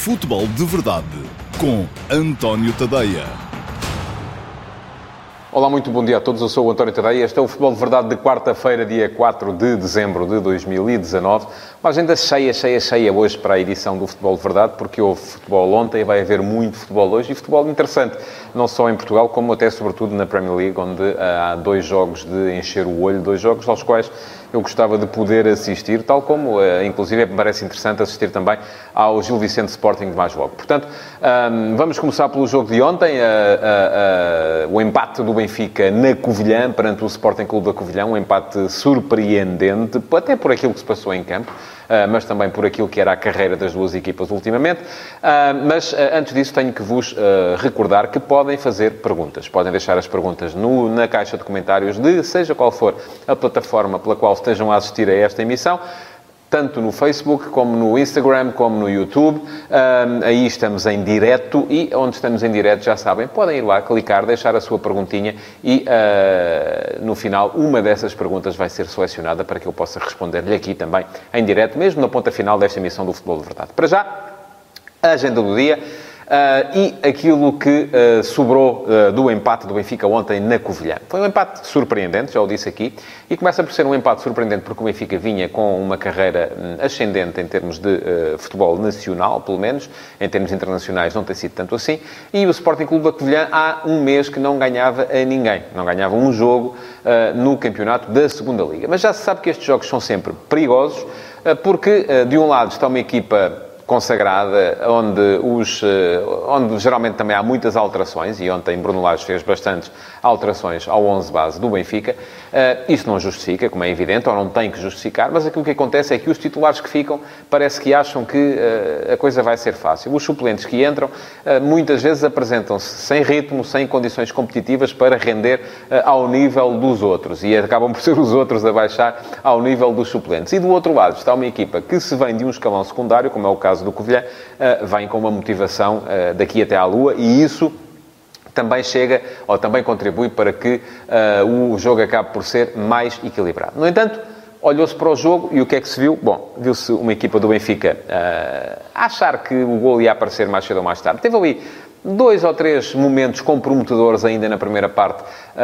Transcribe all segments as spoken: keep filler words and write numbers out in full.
Futebol de Verdade com António Tadeia. Olá, muito bom dia a todos, eu sou o António Tadeia. Este é o Futebol de Verdade de quarta-feira, dia quatro de dezembro de dois mil e dezanove. Uma agenda cheia, cheia, cheia hoje para a edição do Futebol de Verdade, porque houve futebol ontem e vai haver muito futebol hoje, e futebol interessante, não só em Portugal, como até sobretudo na Premier League, onde há dois jogos de encher o olho, dois jogos aos quais eu gostava de poder assistir, tal como, inclusive, me parece interessante assistir também ao Gil Vicente Sporting de mais logo. Portanto, vamos começar pelo jogo de ontem, o empate do Benfica na Covilhã, perante o Sporting Clube da Covilhã, um empate surpreendente, até por aquilo que se passou em campo, mas também por aquilo que era a carreira das duas equipas ultimamente. Mas, antes disso, tenho que vos recordar que podem fazer perguntas. Podem deixar as perguntas no, na caixa de comentários de seja qual for a plataforma pela qual estejam a assistir a esta emissão, tanto no Facebook, como no Instagram, como no YouTube. Um, aí estamos em direto e onde estamos em direto, já sabem, podem ir lá, clicar, deixar a sua perguntinha e uh, no final uma dessas perguntas vai ser selecionada para que eu possa responder-lhe aqui também em direto, mesmo na ponta final desta emissão do Futebol de Verdade. Para já, a agenda do dia. Uh, e aquilo que uh, sobrou uh, do empate do Benfica ontem na Covilhã. Foi um empate surpreendente, já o disse aqui, e começa por ser um empate surpreendente porque o Benfica vinha com uma carreira um, ascendente em termos de uh, futebol nacional, pelo menos, em termos internacionais não tem sido tanto assim, e o Sporting Clube da Covilhã há um mês que não ganhava a ninguém, não ganhava um jogo uh, no campeonato da segunda Liga. Mas já se sabe que estes jogos são sempre perigosos, uh, porque uh, de um lado está uma equipa consagrada, onde, os, onde geralmente também há muitas alterações, e ontem Bruno Lage fez bastantes alterações ao onze base do Benfica. Uh, isso não justifica, como é evidente, ou não tem que justificar, mas aquilo que acontece é que os titulares que ficam parece que acham que uh, a coisa vai ser fácil. Os suplentes que entram uh, muitas vezes apresentam-se sem ritmo, sem condições competitivas para render uh, ao nível dos outros, e acabam por ser os outros a baixar ao nível dos suplentes. E do outro lado está uma equipa que se vem de um escalão secundário, como é o caso do Covilhã, uh, vem com uma motivação uh, daqui até à Lua, e isso também chega, ou também contribui para que uh, o jogo acabe por ser mais equilibrado. No entanto, olhou-se para o jogo e o que é que se viu? Bom, viu-se uma equipa do Benfica uh, a achar que o golo ia aparecer mais cedo ou mais tarde. Teve ali dois ou três momentos comprometedores ainda na primeira parte,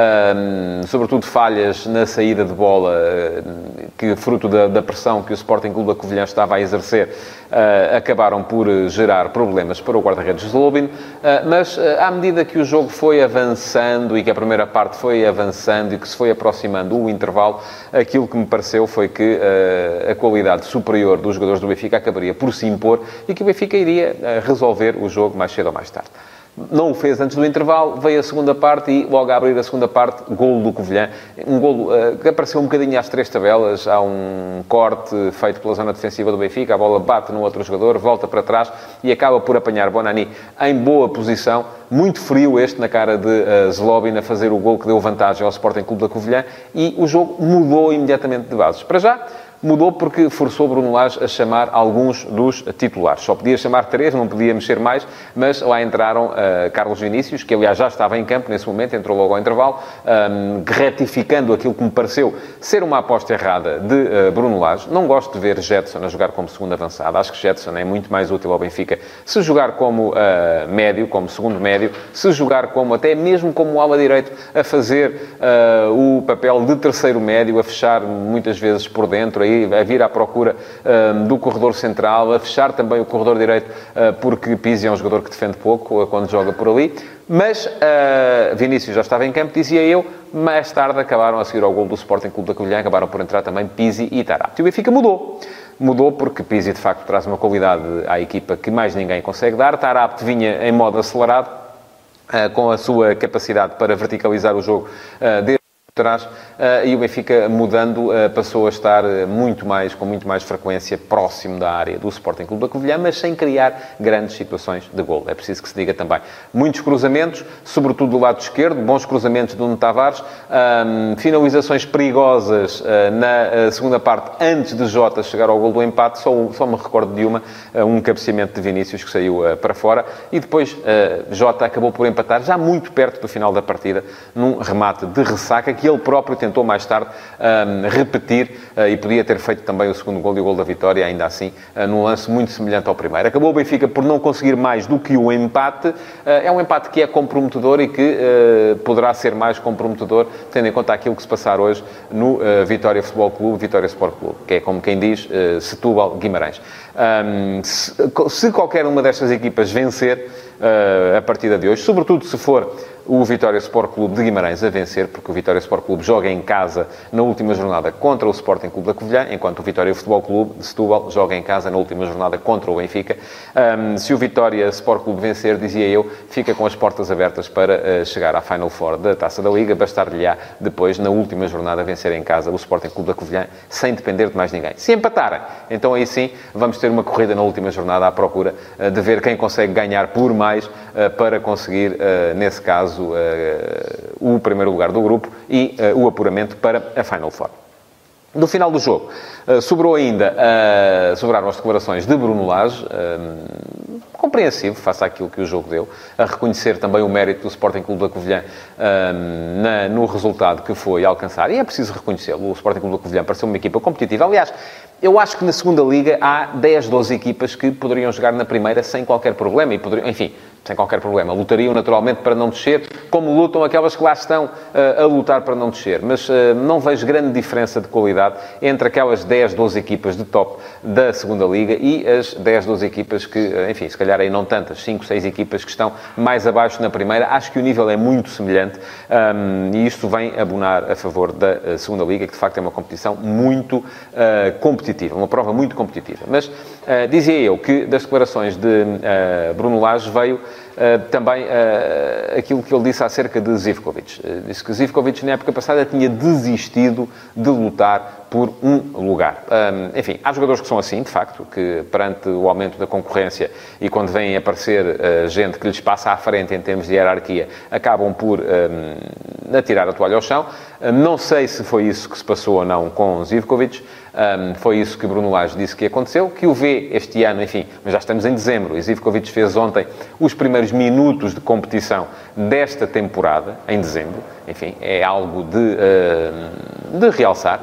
um, sobretudo falhas na saída de bola, uh, que fruto da, da pressão que o Sporting Clube da Covilhã estava a exercer, uh, acabaram por gerar problemas para o guarda-redes Zlobin, uh, mas uh, à medida que o jogo foi avançando e que a primeira parte foi avançando e que se foi aproximando o intervalo, aquilo que me pareceu foi que uh, a qualidade superior dos jogadores do Benfica acabaria por se impor e que o Benfica iria uh, resolver o jogo mais cedo ou mais tarde. Não o fez antes do intervalo, veio a segunda parte e, logo a abrir a segunda parte, golo do Covilhã. Um golo uh, que apareceu um bocadinho às três tabelas. Há um corte feito pela zona defensiva do Benfica, a bola bate no outro jogador, volta para trás e acaba por apanhar Bonani em boa posição. Muito frio este na cara de uh, Zlobin a fazer o golo que deu vantagem ao Sporting Clube da Covilhã, e o jogo mudou imediatamente de bases. Para já, mudou porque forçou Bruno Lage a chamar alguns dos titulares. Só podia chamar três, não podia mexer mais, mas lá entraram uh, Carlos Vinícius, que aliás já estava em campo nesse momento, entrou logo ao intervalo, um, retificando aquilo que me pareceu ser uma aposta errada de uh, Bruno Lage. Não gosto de ver Jetson a jogar como segundo avançado. Acho que Jetson é muito mais útil ao Benfica se jogar como uh, médio, como segundo médio, se jogar como até mesmo como ala direito, a fazer uh, o papel de terceiro médio, a fechar muitas vezes por dentro, aí a vir à procura um, do corredor central, a fechar também o corredor direito, uh, porque Pizzi é um jogador que defende pouco uh, quando joga por ali. Mas uh, Vinícius já estava em campo, dizia eu. Mais tarde acabaram a seguir ao gol do Sporting Clube da Covilhã, acabaram por entrar também Pizzi e Tarapte. E o Benfica mudou. Mudou porque Pizzi, de facto, traz uma qualidade à equipa que mais ninguém consegue dar. Tarapte vinha em modo acelerado, uh, com a sua capacidade para verticalizar o jogo uh, desde atrás, uh, e o Benfica, mudando, uh, passou a estar uh, muito mais, com muito mais frequência próximo da área do Sporting Clube da Covilhã, mas sem criar grandes situações de golo. É preciso que se diga também. Muitos cruzamentos, sobretudo do lado esquerdo, bons cruzamentos de Nuno Tavares, um, finalizações perigosas uh, na uh, segunda parte, antes de Jota chegar ao golo do empate. Só, só me recordo de uma, uh, um cabeceamento de Vinícius que saiu uh, para fora, e depois uh, Jota acabou por empatar, já muito perto do final da partida, num remate de ressaca, que que ele próprio tentou mais tarde um, repetir uh, e podia ter feito também o segundo gol e o gol da vitória, ainda assim, uh, num lance muito semelhante ao primeiro. Acabou o Benfica por não conseguir mais do que o empate. Uh, é um empate que é comprometedor e que uh, poderá ser mais comprometedor, tendo em conta aquilo que se passar hoje no uh, Vitória Futebol Clube, Vitória Sport Clube, que é como quem diz uh, Setúbal, Guimarães. Um, se, se qualquer uma destas equipas vencer uh, a partida de hoje, sobretudo se for o Vitória Sport Clube de Guimarães a vencer, porque o Vitória Sport Clube joga em casa na última jornada contra o Sporting Clube da Covilhã, enquanto o Vitória Futebol Clube de Setúbal joga em casa na última jornada contra o Benfica. Um, se o Vitória Sport Clube vencer, dizia eu, fica com as portas abertas para uh, chegar à Final Four da Taça da Liga, bastar-lhe-á depois, na última jornada, vencer em casa o Sporting Clube da Covilhã, sem depender de mais ninguém. Se empatarem, então aí sim, vamos ter uma corrida na última jornada à procura uh, de ver quem consegue ganhar por mais uh, para conseguir, uh, nesse caso, Uh, o primeiro lugar do grupo e uh, o apuramento para a Final Four. No final do jogo, uh, sobrou ainda, uh, sobraram as declarações de Bruno Lage, uh, compreensivo, face àquilo que o jogo deu, a reconhecer também o mérito do Sporting Clube da Covilhã uh, na, no resultado que foi alcançar. E é preciso reconhecê-lo, o Sporting Clube da Covilhã pareceu uma equipa competitiva. Aliás, eu acho que na segunda Liga há dez, doze equipas que poderiam jogar na primeira sem qualquer problema e poderiam, enfim, sem qualquer problema. Lutariam naturalmente para não descer, como lutam aquelas que lá estão uh, a lutar para não descer. Mas uh, não vejo grande diferença de qualidade entre aquelas dez, doze equipas de top da segunda Liga e as dez, doze equipas que, uh, enfim, se calhar aí não tantas, cinco, seis equipas que estão mais abaixo na primeira. Acho que o nível é muito semelhante um, e isto vem abonar a favor da uh, segunda Liga, que de facto é uma competição muito uh, competitiva, uma prova muito competitiva. Mas uh, dizia eu que das declarações de uh, Bruno Lage veio Uh, também uh, aquilo que ele disse acerca de Zivkovic. Uh, disse que Zivkovic, na época passada, tinha desistido de lutar por um lugar. Um, enfim, há jogadores que são assim, de facto, que perante o aumento da concorrência e quando vêm aparecer uh, gente que lhes passa à frente em termos de hierarquia, acabam por um, atirar a toalha ao chão. Um, não sei se foi isso que se passou ou não com Zivkovic. Um, foi isso que Bruno Lage disse que aconteceu, que o vê este ano, enfim, mas já estamos em dezembro, e Zivkovic fez ontem os primeiros minutos de competição desta temporada, em dezembro, enfim, é algo de, uh, de realçar.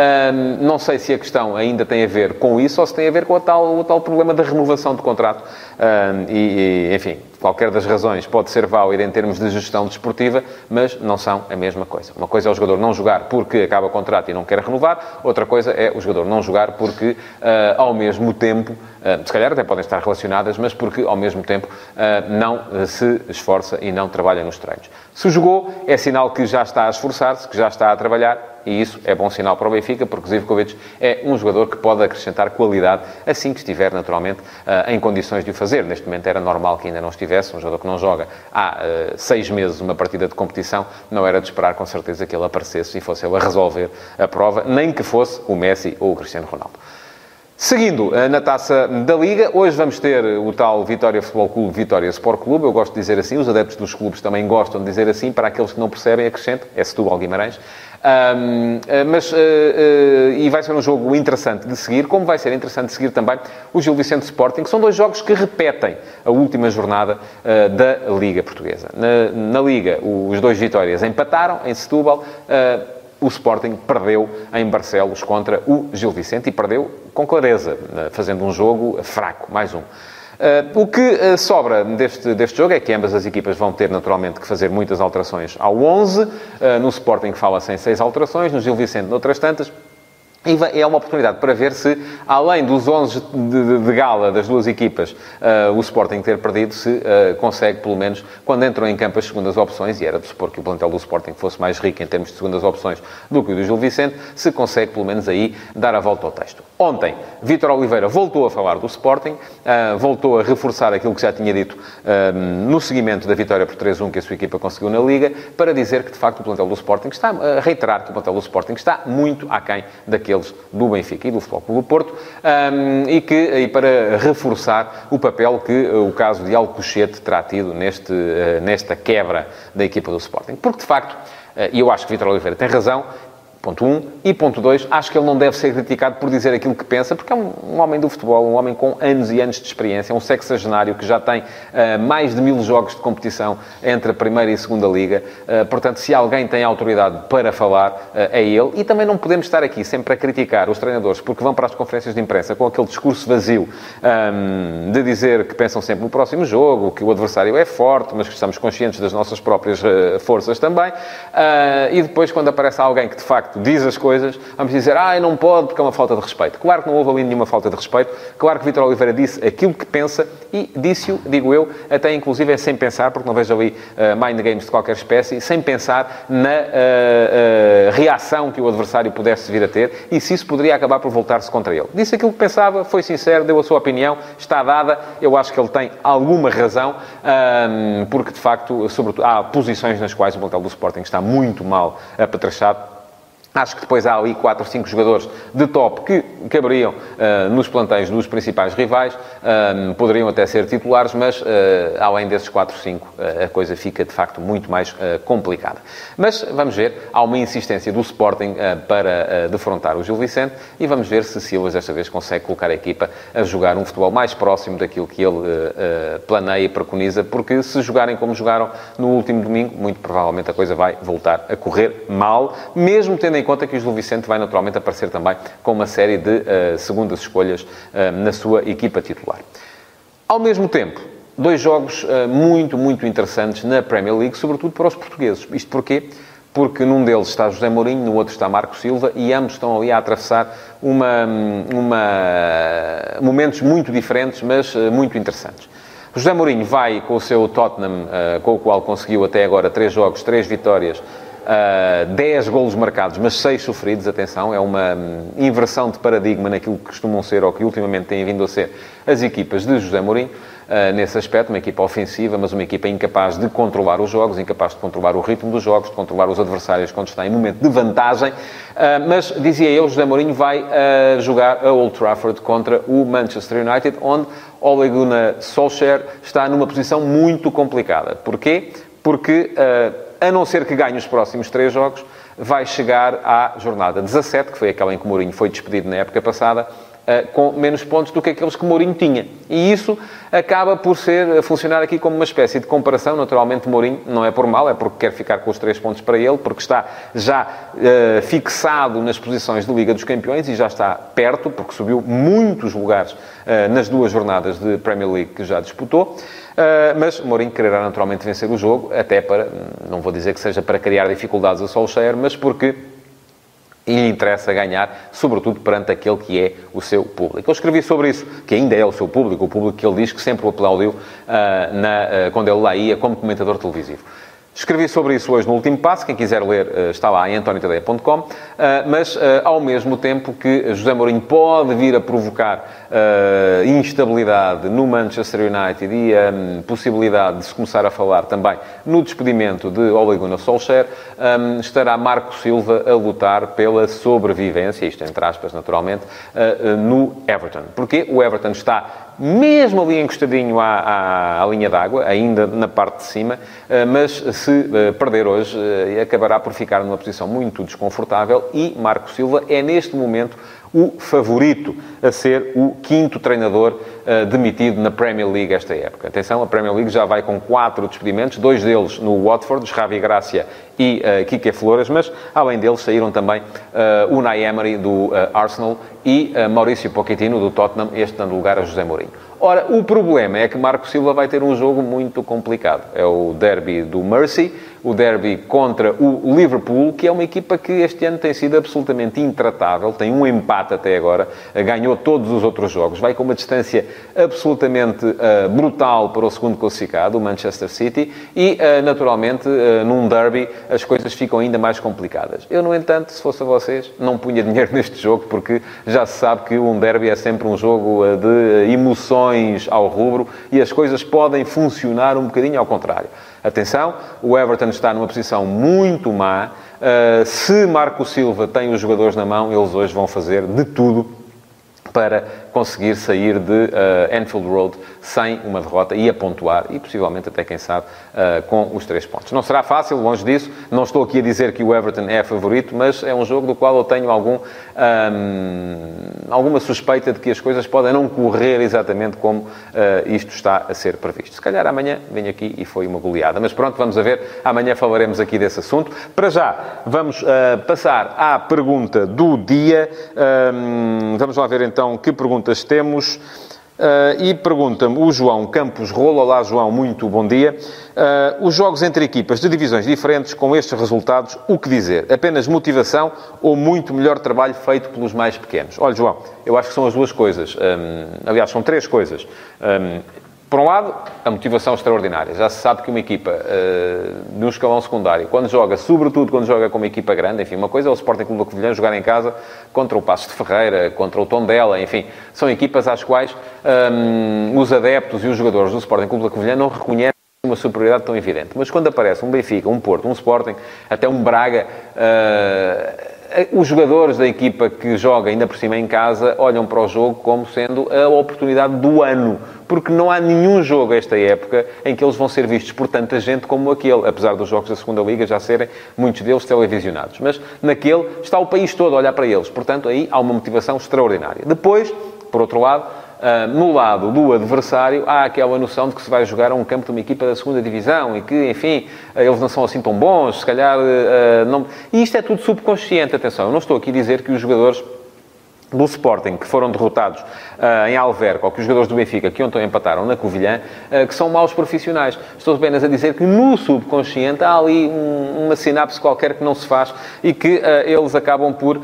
Um, não sei se a questão ainda tem a ver com isso ou se tem a ver com o tal, o tal problema da renovação de contrato. Um, e, e, enfim, qualquer das razões pode ser válida em termos de gestão desportiva, mas não são a mesma coisa. Uma coisa é o jogador não jogar porque acaba o contrato e não quer renovar, outra coisa é o jogador não jogar porque, uh, ao mesmo tempo, uh, se calhar até podem estar relacionadas, mas porque, ao mesmo tempo, uh, não se esforça e não trabalha nos treinos. Se jogou, é sinal que já está a esforçar-se, que já está a trabalhar, e isso é bom sinal para o Benfica, porque Zivkovic é um jogador que pode acrescentar qualidade assim que estiver, naturalmente, em condições de o fazer. Neste momento era normal que ainda não estivesse. Um jogador que não joga há uh, seis meses uma partida de competição, não era de esperar com certeza que ele aparecesse e fosse ele a resolver a prova, nem que fosse o Messi ou o Cristiano Ronaldo. Seguindo na Taça da Liga, hoje vamos ter o tal Vitória Futebol Clube, Vitória Sport Clube. Eu gosto de dizer assim, os adeptos dos clubes também gostam de dizer assim. Para aqueles que não percebem, acrescento, é Setúbal Guimarães. Um, mas, uh, uh, e vai ser um jogo interessante de seguir, como vai ser interessante de seguir também o Gil Vicente Sporting, que são dois jogos que repetem a última jornada uh, da Liga Portuguesa. Na, na Liga, os dois Vitórias empataram em Setúbal. Uh, O Sporting perdeu em Barcelos contra o Gil Vicente e perdeu com clareza, fazendo um jogo fraco, mais um. Uh, o que uh, sobra deste, deste jogo é que ambas as equipas vão ter, naturalmente, que fazer muitas alterações ao onze. Uh, no Sporting fala-se em seis alterações, no Gil Vicente noutras tantas. E é uma oportunidade para ver se, além dos onze de, de, de gala das duas equipas, uh, o Sporting ter perdido, se uh, consegue, pelo menos, quando entram em campo as segundas opções, e era de supor que o plantel do Sporting fosse mais rico em termos de segundas opções do que o do Gil Vicente, se consegue, pelo menos aí, dar a volta ao texto. Ontem, Vítor Oliveira voltou a falar do Sporting, uh, voltou a reforçar aquilo que já tinha dito uh, no seguimento da vitória por três a um que a sua equipa conseguiu na Liga, para dizer que, de facto, o plantel do Sporting está, a reiterar que o plantel do Sporting está muito aquém daquele do Benfica e do Futebol Clube do Porto, um, e, que, e para reforçar o papel que uh, o caso de Alcochete terá tido neste, uh, nesta quebra da equipa do Sporting. Porque, de facto, uh, e eu acho que Vítor Oliveira tem razão, Ponto um. E ponto dois, acho que ele não deve ser criticado por dizer aquilo que pensa, porque é um, um homem do futebol, um homem com anos e anos de experiência, um sexagenário que já tem uh, mais de mil jogos de competição entre a primeira e a segunda liga. Uh, portanto, se alguém tem autoridade para falar, uh, é ele. E também não podemos estar aqui sempre a criticar os treinadores porque vão para as conferências de imprensa com aquele discurso vazio um, de dizer que pensam sempre no próximo jogo, que o adversário é forte, mas que estamos conscientes das nossas próprias uh, forças também. Uh, e depois, quando aparece alguém que, de facto, diz as coisas, vamos dizer, ah, não pode porque é uma falta de respeito. Claro que não houve ali nenhuma falta de respeito. Claro que Vítor Oliveira disse aquilo que pensa e disse-o, digo eu, até inclusive é sem pensar, porque não vejo ali uh, mind games de qualquer espécie, sem pensar na uh, uh, reação que o adversário pudesse vir a ter e se isso poderia acabar por voltar-se contra ele. Disse aquilo que pensava, foi sincero, deu a sua opinião, está dada. Eu acho que ele tem alguma razão, um, porque, de facto, sobretudo, há posições nas quais o plantel do Sporting está muito mal apetrechado. Acho que depois há ali quatro ou cinco jogadores de top que caberiam uh, nos plantéis dos principais rivais, uh, poderiam até ser titulares, mas uh, além desses quatro ou cinco, uh, a coisa fica de facto muito mais uh, complicada. Mas vamos ver, há uma insistência do Sporting uh, para uh, defrontar o Gil Vicente e vamos ver se Silas desta vez consegue colocar a equipa a jogar um futebol mais próximo daquilo que ele uh, uh, planeia e preconiza, porque se jogarem como jogaram no último domingo, muito provavelmente a coisa vai voltar a correr mal, mesmo tendo em conta que o Gil Vicente vai naturalmente aparecer também com uma série de uh, segundas escolhas uh, na sua equipa titular. Ao mesmo tempo, dois jogos uh, muito, muito interessantes na Premier League, sobretudo para os portugueses. Isto porquê? Porque num deles está José Mourinho, no outro está Marco Silva, e ambos estão ali a atravessar uma, uma, momentos muito diferentes, mas uh, muito interessantes. José Mourinho vai com o seu Tottenham, uh, com o qual conseguiu até agora três jogos, três vitórias, Uh, dez golos marcados, mas seis sofridos, atenção, é uma um, inversão de paradigma naquilo que costumam ser, ou que ultimamente têm vindo a ser, as equipas de José Mourinho, uh, nesse aspecto, uma equipa ofensiva, mas uma equipa incapaz de controlar os jogos, incapaz de controlar o ritmo dos jogos, de controlar os adversários quando está em momento de vantagem, uh, mas, dizia eu, José Mourinho vai uh, jogar a Old Trafford contra o Manchester United, onde Ole Gunnar Solskjaer está numa posição muito complicada. Porquê? Porque... Uh, a não ser que ganhe os próximos três jogos, vai chegar à jornada dezassete, que foi aquela em que Mourinho foi despedido na época passada, com menos pontos do que aqueles que Mourinho tinha. E isso acaba por ser, funcionar aqui como uma espécie de comparação. Naturalmente, Mourinho não é por mal, é porque quer ficar com os três pontos para ele, porque está já uh, fixado nas posições de Liga dos Campeões e já está perto, porque subiu muitos lugares uh, nas duas jornadas de Premier League que já disputou. Uh, mas Mourinho quererá naturalmente vencer o jogo, até para, não vou dizer que seja para criar dificuldades a Solskjaer, mas porque lhe interessa ganhar, sobretudo perante aquele que é o seu público. Eu escrevi sobre isso, que ainda é o seu público, o público que ele diz que sempre o aplaudiu uh, na, uh, quando ele lá ia como comentador televisivo. Escrevi sobre isso hoje no Último Passo, quem quiser ler está lá em antonio tadeia ponto com, mas ao mesmo tempo que José Mourinho pode vir a provocar instabilidade no Manchester United e a possibilidade de se começar a falar também no despedimento de Ole Gunnar Solskjaer, estará Marco Silva a lutar pela sobrevivência, isto entre aspas naturalmente, no Everton. Porque o Everton está mesmo ali encostadinho à, à, à linha d'água, ainda na parte de cima, mas se perder hoje, acabará por ficar numa posição muito desconfortável e Marco Silva é, neste momento, o favorito a ser o quinto treinador uh, demitido na Premier League esta época. Atenção, a Premier League já vai com quatro despedimentos, dois deles no Watford, Javi Gracia e uh, Quique Flores, mas além deles saíram também uh, Unai Emery do uh, Arsenal e uh, Maurício Pochettino do Tottenham, este dando lugar a José Mourinho. Ora, o problema é que Marco Silva vai ter um jogo muito complicado. É o derby do Mercy, o derby contra o Liverpool, que é uma equipa que este ano tem sido absolutamente intratável, tem um empate até agora, ganhou todos os outros jogos, vai com uma distância absolutamente uh, brutal para o segundo classificado, o Manchester City, e, uh, naturalmente, uh, num derby as coisas ficam ainda mais complicadas. Eu, no entanto, se fosse a vocês, não punha dinheiro neste jogo, porque já se sabe que um derby é sempre um jogo uh, de emoções ao rubro e as coisas podem funcionar um bocadinho ao contrário. Atenção, o Everton está numa posição muito má. Uh, se Marco Silva tem os jogadores na mão, eles hoje vão fazer de tudo para conseguir sair de uh, Anfield Road sem uma derrota e a pontuar, e possivelmente até, quem sabe, uh, com os três pontos. Não será fácil, longe disso, não estou aqui a dizer que o Everton é favorito, mas é um jogo do qual eu tenho algum, um, alguma suspeita de que as coisas podem não correr exatamente como uh, isto está a ser previsto. Se calhar amanhã venho aqui e foi uma goleada, mas pronto, vamos a ver, amanhã falaremos aqui desse assunto. Para já, vamos uh, passar à pergunta do dia. Um, vamos lá ver então que perguntas temos. Uh, e pergunta-me o João Campos Rolo. Olá, João, muito bom dia. Uh, os jogos entre equipas de divisões diferentes, com estes resultados, o que dizer? Apenas motivação ou muito melhor trabalho feito pelos mais pequenos? Olha, João, eu acho que são as duas coisas. Um, aliás, são três coisas. Um, Por um lado, a motivação extraordinária. Já se sabe que uma equipa uh, de um escalão secundário, quando joga, sobretudo quando joga com uma equipa grande, enfim, uma coisa é o Sporting Clube da Covilhã jogar em casa contra o Passos de Ferreira, contra o Tondela, enfim, são equipas às quais um, os adeptos e os jogadores do Sporting Clube da Covilhã não reconhecem uma superioridade tão evidente. Mas quando aparece um Benfica, um Porto, um Sporting, até um Braga... Uh, os jogadores da equipa que joga ainda por cima em casa olham para o jogo como sendo a oportunidade do ano, porque não há nenhum jogo esta época em que eles vão ser vistos por tanta gente como aquele, apesar dos jogos da segunda Liga já serem, muitos deles, televisionados. Mas naquele está o país todo a olhar para eles, portanto aí há uma motivação extraordinária. Depois, por outro lado, Uh, no lado do adversário, há aquela noção de que se vai jogar a um campo de uma equipa da segunda divisão e que, enfim, uh, eles não são assim tão bons, se calhar uh, não... E isto é tudo subconsciente, atenção, eu não estou aqui a dizer que os jogadores do Sporting, que foram derrotados uh, em Alverca, ou que os jogadores do Benfica, que ontem empataram na Covilhã, uh, que são maus profissionais. Estou apenas a dizer que no subconsciente há ali um, uma sinapse qualquer que não se faz e que uh, eles acabam por uh,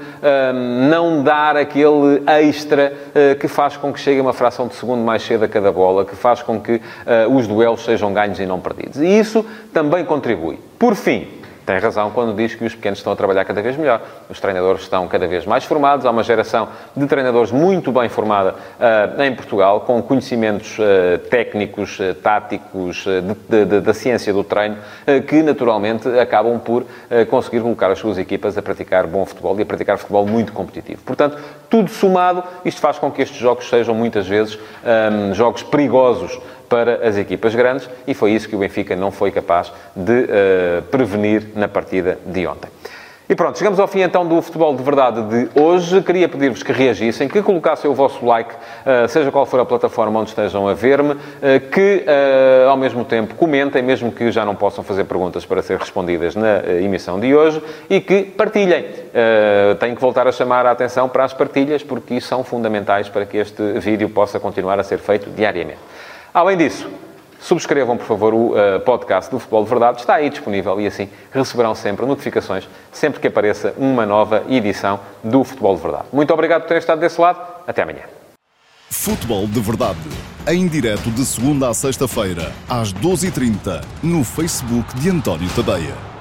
não dar aquele extra uh, que faz com que chegue uma fração de segundo mais cedo a cada bola, que faz com que uh, os duelos sejam ganhos e não perdidos. E isso também contribui. Por fim, tem razão quando diz que os pequenos estão a trabalhar cada vez melhor. Os treinadores estão cada vez mais formados. Há uma geração de treinadores muito bem formada uh, em Portugal, com conhecimentos uh, técnicos, uh, táticos, uh, de, de, da ciência do treino, uh, que naturalmente acabam por uh, conseguir colocar as suas equipas a praticar bom futebol e a praticar futebol muito competitivo. Portanto, tudo somado, isto faz com que estes jogos sejam muitas vezes um, jogos perigosos para as equipas grandes, e foi isso que o Benfica não foi capaz de uh, prevenir na partida de ontem. E pronto, chegamos ao fim então do Futebol de Verdade de hoje. Queria pedir-vos que reagissem, que colocassem o vosso like, uh, seja qual for a plataforma onde estejam a ver-me, uh, que uh, ao mesmo tempo comentem, mesmo que já não possam fazer perguntas para ser respondidas na uh, emissão de hoje, e que partilhem. Uh, tenho que voltar a chamar a atenção para as partilhas, porque são fundamentais para que este vídeo possa continuar a ser feito diariamente. Além disso, subscrevam, por favor, o uh, podcast do Futebol de Verdade. Está aí disponível e assim receberão sempre notificações sempre que apareça uma nova edição do Futebol de Verdade. Muito obrigado por terem estado desse lado. Até amanhã. Futebol de Verdade. Em direto de segunda a sexta-feira, às doze e trinta, no Facebook de António Tadeia.